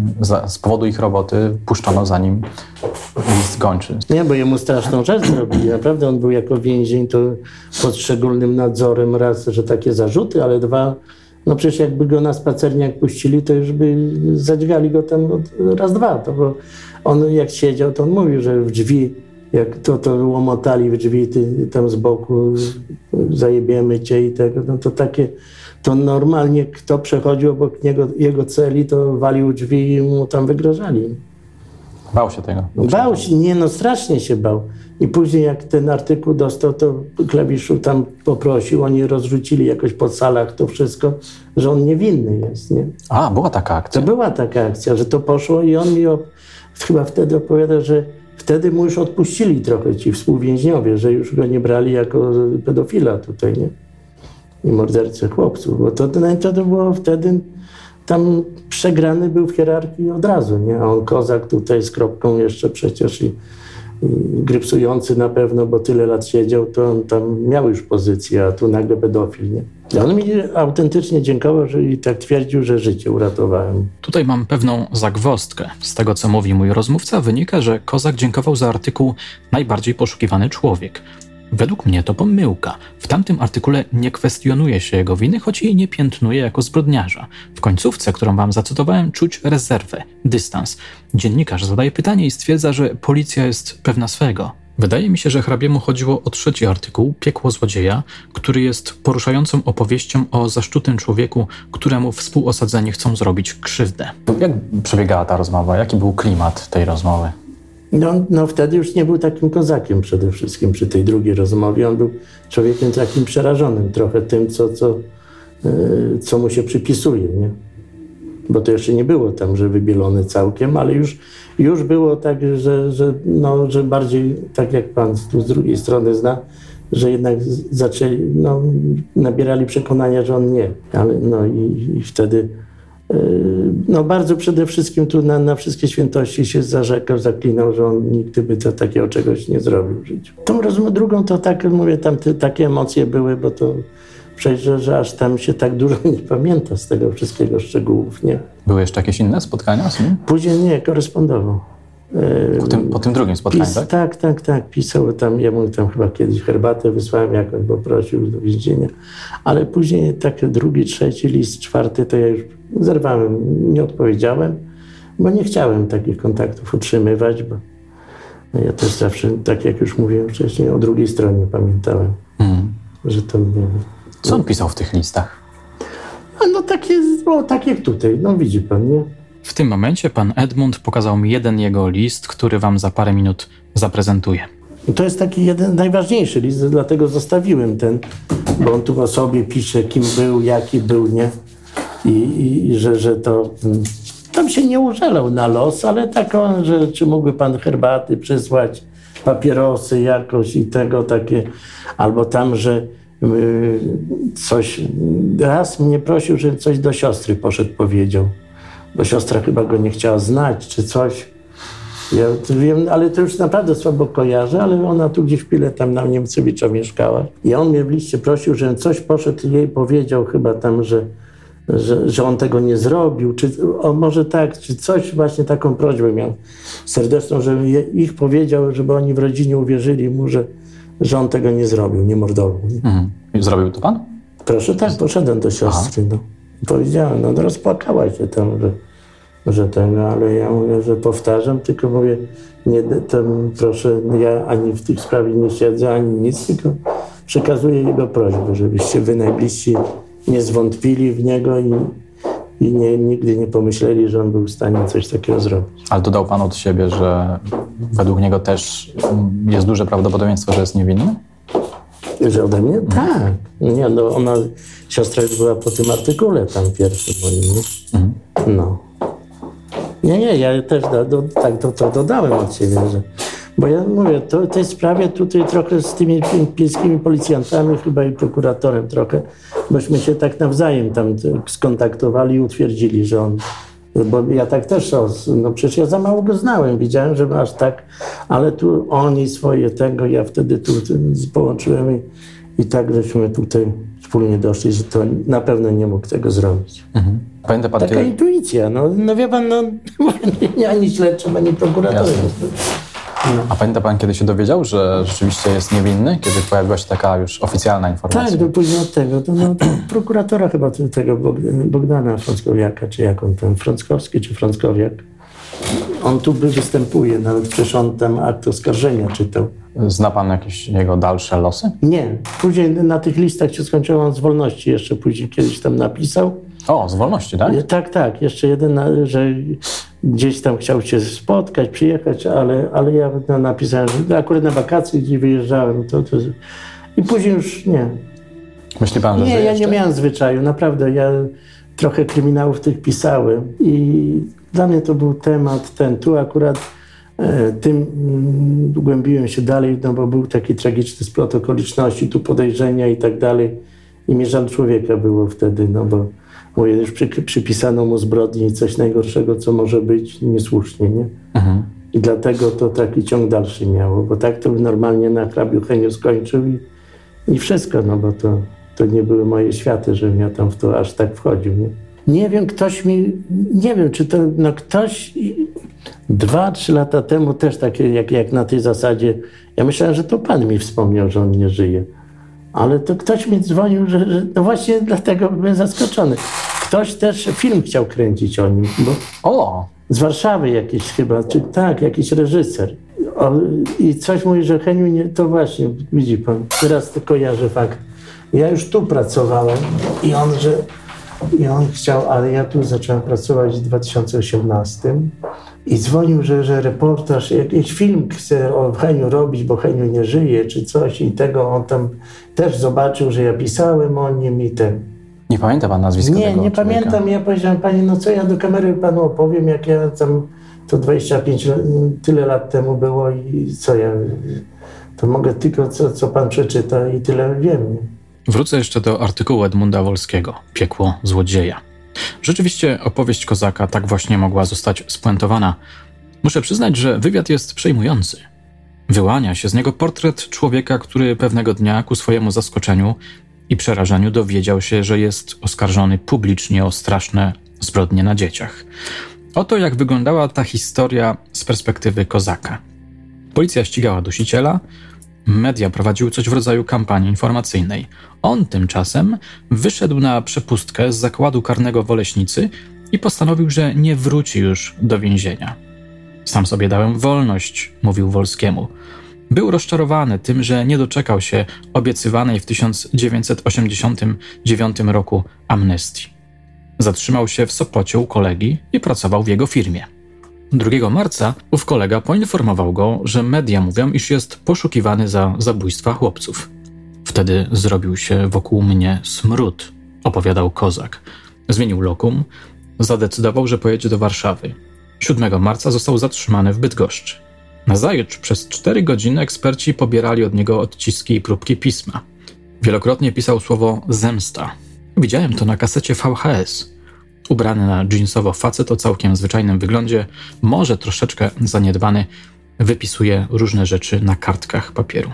z powodu ich roboty puszczono zanim list kończy. Nie, bo jemu straszną rzecz zrobili. Naprawdę on był jako więzień to pod szczególnym nadzorem, raz, że takie zarzuty, ale dwa, przecież jakby go na spacerniak puścili, to już by zadźgali go tam raz, dwa. To bo on jak siedział, to on mówił, że w drzwi, jak to łomotali w drzwi tam z boku, zajebiemy cię i tego, to takie... To normalnie kto przechodził obok jego celi, to walił drzwi i mu tam wygrażali. Bał się tego? Bał się, strasznie się bał. I później jak ten artykuł dostał, to klawiszu tam poprosił, oni rozrzucili jakoś po salach to wszystko, że on niewinny jest, nie? Była taka akcja? To była taka akcja, że to poszło i on mi chyba wtedy opowiada, że wtedy mu już odpuścili trochę ci współwięźniowie, że już go nie brali jako pedofila tutaj, nie? I mordercę chłopców, bo to było wtedy, tam przegrany był w hierarchii od razu, nie? A on kozak tutaj z kropką jeszcze przecież i grypsujący na pewno, bo tyle lat siedział, to on tam miał już pozycję, a tu nagle pedofil, nie? I on mi autentycznie dziękował, że i tak twierdził, że życie uratowałem. Tutaj mam pewną zagwozdkę. Z tego, co mówi mój rozmówca, wynika, że Kozak dziękował za artykuł Najbardziej poszukiwany człowiek. Według mnie to pomyłka. W tamtym artykule nie kwestionuje się jego winy, choć jej nie piętnuje jako zbrodniarza. W końcówce, którą wam zacytowałem, czuć rezerwę, dystans. Dziennikarz zadaje pytanie i stwierdza, że policja jest pewna swego. Wydaje mi się, że hrabiemu chodziło o trzeci artykuł, Piekło złodzieja, który jest poruszającą opowieścią o zaszczutym człowieku, któremu współosadzeni chcą zrobić krzywdę. Jak przebiegała ta rozmowa? Jaki był klimat tej rozmowy? No wtedy już nie był takim kozakiem przede wszystkim przy tej drugiej rozmowie. On był człowiekiem takim przerażonym trochę tym, co mu się przypisuje, nie? Bo to jeszcze nie było tam, że wybielony całkiem, ale już było tak, że bardziej, tak jak pan tu z drugiej strony zna, że jednak zaczęli, nabierali przekonania, że on nie. Ale i wtedy bardzo przede wszystkim tu na wszystkie świętości się zarzekał, zaklinał, że on nigdy by takiego czegoś nie zrobił w życiu. Tą rozmowę drugą to tak, mówię, tam takie emocje były, bo to przecież, że aż tam się tak dużo nie pamięta z tego wszystkiego szczegółów, nie? Były jeszcze jakieś inne spotkania z nim? Później nie, korespondował. Po tym drugim spotkaniu, tak? Tak. Pisał tam, ja mu tam chyba kiedyś herbatę wysłałem jakąś, bo prosił do więzienia. Ale później tak drugi, trzeci list, czwarty, to ja już zerwałem, nie odpowiedziałem, bo nie chciałem takich kontaktów utrzymywać, bo ja też zawsze, tak jak już mówiłem wcześniej, o drugiej stronie pamiętałem, że to mnie... Co on pisał w tych listach? Tak jak tutaj, widzi pan, nie? W tym momencie pan Edmund pokazał mi jeden jego list, który wam za parę minut zaprezentuję. To jest taki jeden najważniejszy list, dlatego zostawiłem ten, bo on tu o sobie pisze, kim był, jaki był, nie? I że to... Tam się nie użalał na los, ale taką, że czy mógłby pan herbaty przysłać, papierosy jakoś i tego takie, albo tam, że coś... Raz mnie prosił, że coś do siostry poszedł, powiedział. Bo siostra chyba go nie chciała znać, czy coś. Ja wiem, ale to już naprawdę słabo kojarzę, ale ona tu gdzieś chwilę tam na Niemcewicza mieszkała. I on mnie w liście prosił, żebym coś poszedł i jej powiedział chyba tam, że on tego nie zrobił, czy może tak, czy coś, właśnie taką prośbę miał serdeczną, żebym ich powiedział, żeby oni w rodzinie uwierzyli mu, że on tego nie zrobił, nie mordował. I zrobił to pan? Proszę, tak, poszedłem do siostry. Powiedziałem, rozpłakała się tam, że tego, ale ja mówię, że powtarzam, tylko mówię, nie, tam proszę, ja ani w tych sprawie nie siedzę, ani nic, tylko przekazuję jego prośbę, żebyście wy najbliżsi nie zwątpili w niego i nigdy nie pomyśleli, że on był w stanie coś takiego zrobić. Ale dodał pan od siebie, że według niego też jest duże prawdopodobieństwo, że jest niewinny? Że ode mnie? Tak. Nie, siostra już była po tym artykule tam pierwszym moim, Nie, ja też to dodałem od siebie, bo ja mówię, w tej sprawie tutaj trochę z tymi pieskimi policjantami, chyba i prokuratorem trochę, bośmy się tak nawzajem tam skontaktowali i utwierdzili, że on, bo ja tak też, przecież ja za mało go znałem, widziałem, że aż tak, ale tu oni swoje tego, ja wtedy tu połączyłem i tak żeśmy tutaj wspólnie doszli, że to na pewno nie mógł tego zrobić. Pamięta pan taka intuicja, wie pan, ani śledczym, ani prokuratorem. A pamięta pan, kiedy się dowiedział, że rzeczywiście jest niewinny? Kiedy pojawiła się taka już oficjalna informacja? Tak, później od tego. Prokuratora chyba tego Bogdana Frąckowiaka, czy jak on tam, Frąckowski czy Frąckowiak. On tu występuje, nawet przecież on tam akt oskarżenia czytał. Zna pan jakieś jego dalsze losy? Nie. Później na tych listach się skończyło, on z wolności jeszcze później kiedyś tam napisał. O, z wolności, tak? Tak. Jeszcze jeden, że gdzieś tam chciał się spotkać, przyjechać, ale ja napisałem, że akurat na wakacje gdzieś wyjeżdżałem. I później już nie. Myśli pan, że nie, ja nie miałem zwyczaju, naprawdę. Ja trochę kryminałów tych pisałem i dla mnie to był temat tu akurat tym głębiłem się dalej, bo był taki tragiczny splot okoliczności, tu podejrzenia i tak dalej. I mnie żal człowieka było wtedy, bo mówię, już przypisano mu zbrodni coś najgorszego, co może być niesłusznie, nie? I dlatego to taki ciąg dalszy miało, bo tak to by normalnie na hrabiu Heniu skończył i wszystko, bo to nie były moje światy, żebym ja tam w to aż tak wchodził, nie? Nie wiem, nie wiem, czy to ktoś 2-3 lata temu też takie, jak na tej zasadzie, ja myślałem, że to pan mi wspomniał, że on nie żyje. Ale to ktoś mi dzwonił, że właśnie dlatego byłem zaskoczony. Ktoś też film chciał kręcić o nim, bo z Warszawy jakiś chyba, czy tak, jakiś reżyser. I coś mówi, że Heniu, nie, to właśnie, widzi pan, teraz to kojarzę fakt. Ja już tu pracowałem i on chciał, ale ja tu zacząłem pracować w 2018 i dzwonił, że reportaż, jakiś film chce o Heniu robić, bo Heniu nie żyje, czy coś i tego on tam też zobaczył, że ja pisałem o nim i ten. Nie pamięta pan nazwiska tego człowieka? Nie pamiętam. Ja powiedziałem, pani, co ja do kamery panu opowiem, jak ja tam to 25 tyle lat temu było i co ja To mogę tylko co pan przeczyta i tyle wiem. Wrócę jeszcze do artykułu Edmunda Wolskiego, Piekło złodzieja. Rzeczywiście opowieść Kozaka tak właśnie mogła zostać spuentowana. Muszę przyznać, że wywiad jest przejmujący. Wyłania się z niego portret człowieka, który pewnego dnia ku swojemu zaskoczeniu i przerażeniu dowiedział się, że jest oskarżony publicznie o straszne zbrodnie na dzieciach. Oto jak wyglądała ta historia z perspektywy Kozaka. Policja ścigała dusiciela, media prowadziły coś w rodzaju kampanii informacyjnej. On tymczasem wyszedł na przepustkę z zakładu karnego w Oleśnicy i postanowił, że nie wróci już do więzienia. Sam sobie dałem wolność, mówił Wolskiemu. Był rozczarowany tym, że nie doczekał się obiecywanej w 1989 roku amnestii. Zatrzymał się w Sopocie u kolegi i pracował w jego firmie. 2 marca ów kolega poinformował go, że media mówią, iż jest poszukiwany za zabójstwa chłopców. Wtedy zrobił się wokół mnie smród, opowiadał Kozak. Zmienił lokum, zadecydował, że pojedzie do Warszawy. 7 marca został zatrzymany w Bydgoszczy. Nazajutrz przez 4 godziny eksperci pobierali od niego odciski i próbki pisma. Wielokrotnie pisał słowo zemsta. Widziałem to na kasecie VHS. Ubrany na dżinsowo facet o całkiem zwyczajnym wyglądzie, może troszeczkę zaniedbany, wypisuje różne rzeczy na kartkach papieru.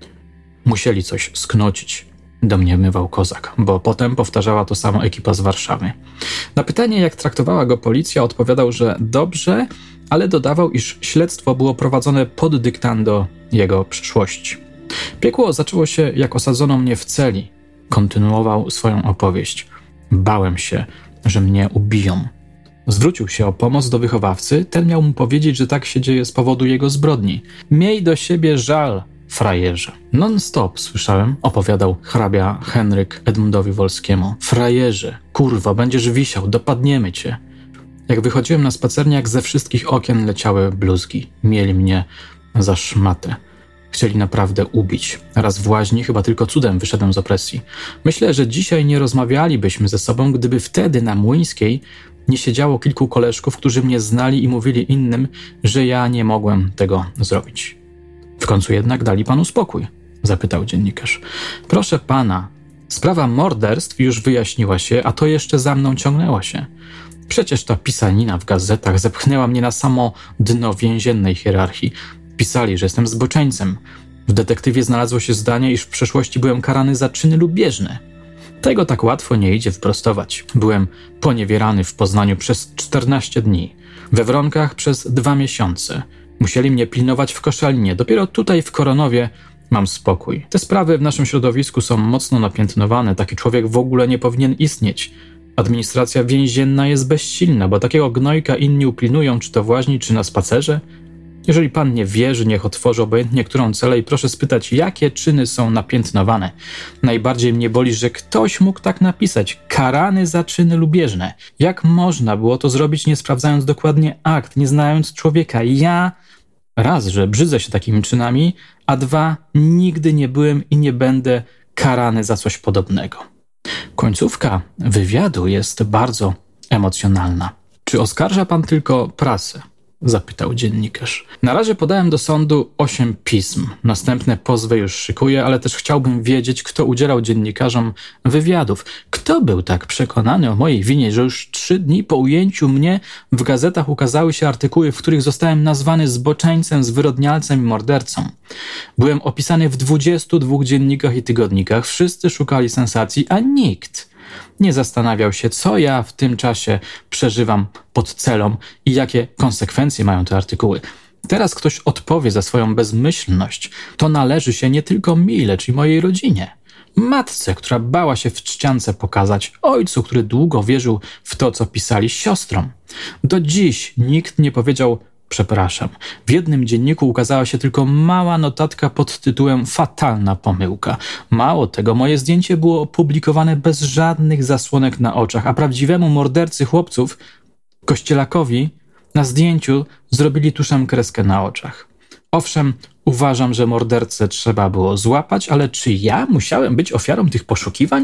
Musieli coś sknocić, domniemywał Kozak, bo potem powtarzała to samo ekipa z Warszawy. Na pytanie, jak traktowała go policja, odpowiadał, że dobrze, ale dodawał, iż śledztwo było prowadzone pod dyktando jego przyszłości. Piekło zaczęło się, jak osadzono mnie w celi. Kontynuował swoją opowieść. Bałem się, że mnie ubiją. Zwrócił się o pomoc do wychowawcy, ten miał mu powiedzieć, że tak się dzieje z powodu jego zbrodni. Miej do siebie żal, frajerze. Non-stop słyszałem, opowiadał hrabia Henryk Edmundowi Wolskiemu. Frajerze, kurwa, będziesz wisiał, dopadniemy cię. Jak wychodziłem na spacerniak, ze wszystkich okien leciały bluzgi. Mieli mnie za szmatę. Chcieli naprawdę ubić. Raz w łaźni chyba tylko cudem wyszedłem z opresji. Myślę, że dzisiaj nie rozmawialibyśmy ze sobą, gdyby wtedy na Młyńskiej nie siedziało kilku koleżków, którzy mnie znali i mówili innym, że ja nie mogłem tego zrobić. W końcu jednak dali panu spokój, zapytał dziennikarz. Proszę pana, sprawa morderstw już wyjaśniła się, a to jeszcze za mną ciągnęła się. Przecież ta pisanina w gazetach zepchnęła mnie na samo dno więziennej hierarchii. Pisali, że jestem zboczeńcem. W detektywie znalazło się zdanie, iż w przeszłości byłem karany za czyny lubieżne. Tego tak łatwo nie idzie wprostować. Byłem poniewierany w Poznaniu przez 14 dni. We Wronkach przez 2 miesiące. Musieli mnie pilnować w Koszalinie. Dopiero tutaj w Koronowie mam spokój. Te sprawy w naszym środowisku są mocno napiętnowane. Taki człowiek w ogóle nie powinien istnieć. Administracja więzienna jest bezsilna, bo takiego gnojka inni upilnują, czy to w łaźni, czy na spacerze. Jeżeli pan nie wierzy, niech otworzy obojętnie którą celę i proszę spytać, jakie czyny są napiętnowane. Najbardziej mnie boli, że ktoś mógł tak napisać, karany za czyny lubieżne. Jak można było to zrobić, nie sprawdzając dokładnie akt, nie znając człowieka? Ja, raz, że brzydzę się takimi czynami, a 2, nigdy nie byłem i nie będę karany za coś podobnego. Końcówka wywiadu jest bardzo emocjonalna. Czy oskarża pan tylko prasę? Zapytał dziennikarz. Na razie podałem do sądu 8 pism. Następne pozwy już szykuję, ale też chciałbym wiedzieć, kto udzielał dziennikarzom wywiadów. Kto był tak przekonany o mojej winie, że już 3 dni po ujęciu mnie w gazetach ukazały się artykuły, w których zostałem nazwany zboczeńcem, zwyrodnialcem i mordercą. Byłem opisany w 22 dziennikach i tygodnikach. Wszyscy szukali sensacji, a nikt nie zastanawiał się, co ja w tym czasie przeżywam pod celą i jakie konsekwencje mają te artykuły. Teraz ktoś odpowie za swoją bezmyślność. To należy się nie tylko mi, lecz i mojej rodzinie. Matce, która bała się w czciance pokazać, ojcu, który długo wierzył w to, co pisali, siostrom. Do dziś nikt nie powiedział przepraszam. W jednym dzienniku ukazała się tylko mała notatka pod tytułem Fatalna pomyłka. Mało tego, moje zdjęcie było opublikowane bez żadnych zasłonek na oczach, a prawdziwemu mordercy chłopców, Kościelakowi, na zdjęciu zrobili tuszem kreskę na oczach. Owszem, uważam, że mordercę trzeba było złapać, ale czy ja musiałem być ofiarą tych poszukiwań?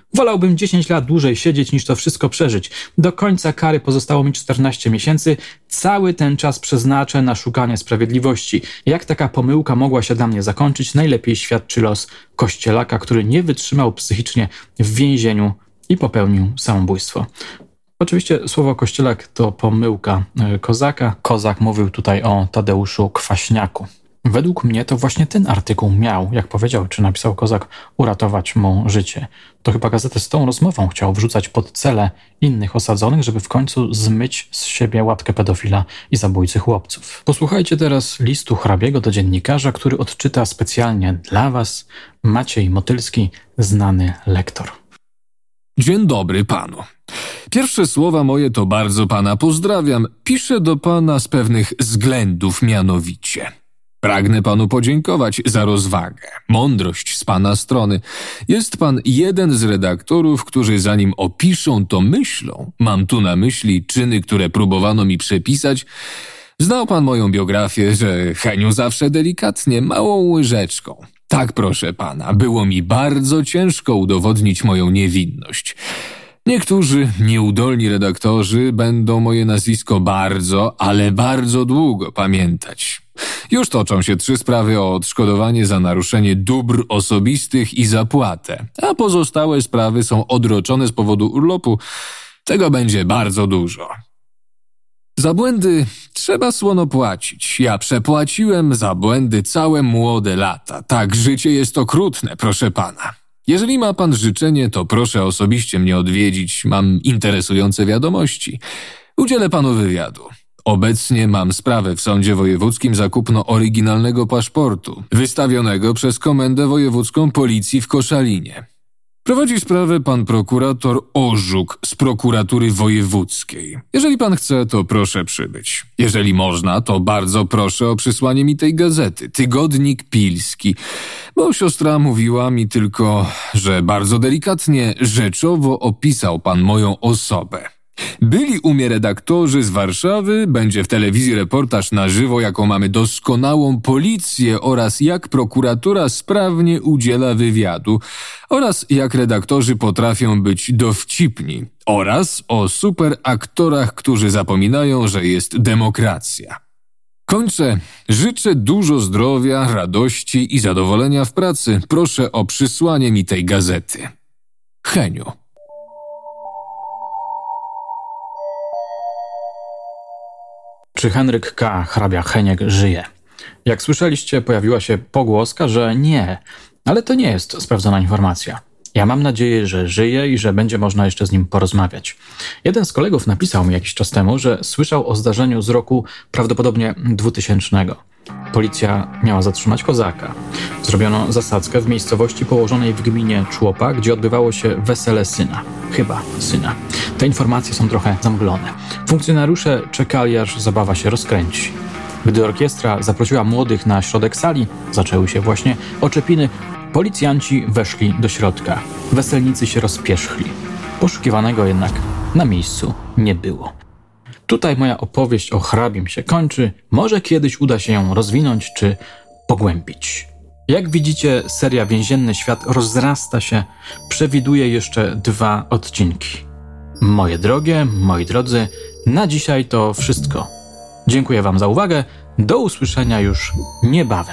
Wolałbym 10 lat dłużej siedzieć, niż to wszystko przeżyć. Do końca kary pozostało mi 14 miesięcy. Cały ten czas przeznaczę na szukanie sprawiedliwości. Jak taka pomyłka mogła się dla mnie zakończyć, najlepiej świadczy los kościelaka, który nie wytrzymał psychicznie w więzieniu i popełnił samobójstwo. Oczywiście słowo kościelak to pomyłka Kozaka. Kozak mówił tutaj o Tadeuszu Kwaśniaku. Według mnie to właśnie ten artykuł miał, jak powiedział czy napisał Kozak, uratować mu życie. To chyba gazetę z tą rozmową chciał wrzucać pod cele innych osadzonych, żeby w końcu zmyć z siebie łatkę pedofila i zabójcy chłopców. Posłuchajcie teraz listu hrabiego do dziennikarza, który odczyta specjalnie dla was Maciej Motylski, znany lektor. Dzień dobry panu. Pierwsze słowa moje to bardzo pana pozdrawiam. Piszę do pana z pewnych względów mianowicie. Pragnę panu podziękować za rozwagę, mądrość z pana strony. Jest pan jeden z redaktorów, którzy zanim opiszą, to myślą. Mam tu na myśli czyny, które próbowano mi przepisać. Znał pan moją biografię, że Heniu zawsze delikatnie, małą łyżeczką. Tak, proszę pana, było mi bardzo ciężko udowodnić moją niewinność. Niektórzy nieudolni redaktorzy będą moje nazwisko bardzo, ale bardzo długo pamiętać. Już toczą się 3 sprawy o odszkodowanie za naruszenie dóbr osobistych i zapłatę, a pozostałe sprawy są odroczone z powodu urlopu. Tego będzie bardzo dużo. Za błędy trzeba słono płacić. Ja przepłaciłem za błędy całe młode lata. Tak, życie jest okrutne, proszę pana. Jeżeli ma pan życzenie, to proszę osobiście mnie odwiedzić. Mam interesujące wiadomości. Udzielę panu wywiadu. Obecnie mam sprawę w Sądzie Wojewódzkim za kupno oryginalnego paszportu, wystawionego przez Komendę Wojewódzką Policji w Koszalinie. Prowadzi sprawę pan prokurator Orzuk z prokuratury wojewódzkiej. Jeżeli pan chce, to proszę przybyć. Jeżeli można, to bardzo proszę o przysłanie mi tej gazety, Tygodnik Pilski, bo siostra mówiła mi tylko, że bardzo delikatnie, rzeczowo opisał pan moją osobę. Byli u mnie redaktorzy z Warszawy, będzie w telewizji reportaż na żywo, jaką mamy doskonałą policję oraz jak prokuratura sprawnie udziela wywiadu oraz jak redaktorzy potrafią być dowcipni oraz o superaktorach, którzy zapominają, że jest demokracja. Kończę. Życzę dużo zdrowia, radości i zadowolenia w pracy. Proszę o przysłanie mi tej gazety. Heniu. Czy Henryk K., hrabia Heniek, żyje? Jak słyszeliście, pojawiła się pogłoska, że nie, ale to nie jest sprawdzona informacja. Ja mam nadzieję, że żyje i że będzie można jeszcze z nim porozmawiać. Jeden z kolegów napisał mi jakiś czas temu, że słyszał o zdarzeniu z roku prawdopodobnie 2000. Policja miała zatrzymać Kozaka. Zrobiono zasadzkę w miejscowości położonej w gminie Człopa, gdzie odbywało się wesele syna. Chyba syna. Te informacje są trochę zamglone. Funkcjonariusze czekali, aż zabawa się rozkręci. Gdy orkiestra zaprosiła młodych na środek sali, zaczęły się właśnie oczepiny, policjanci weszli do środka. Weselnicy się rozpierzchli. Poszukiwanego jednak na miejscu nie było. Tutaj moja opowieść o hrabim się kończy. Może kiedyś uda się ją rozwinąć czy pogłębić. Jak widzicie, seria Więzienny Świat rozrasta się. Przewiduje jeszcze 2 odcinki. Moje drogie, moi drodzy, na dzisiaj to wszystko. Dziękuję wam za uwagę. Do usłyszenia już niebawem.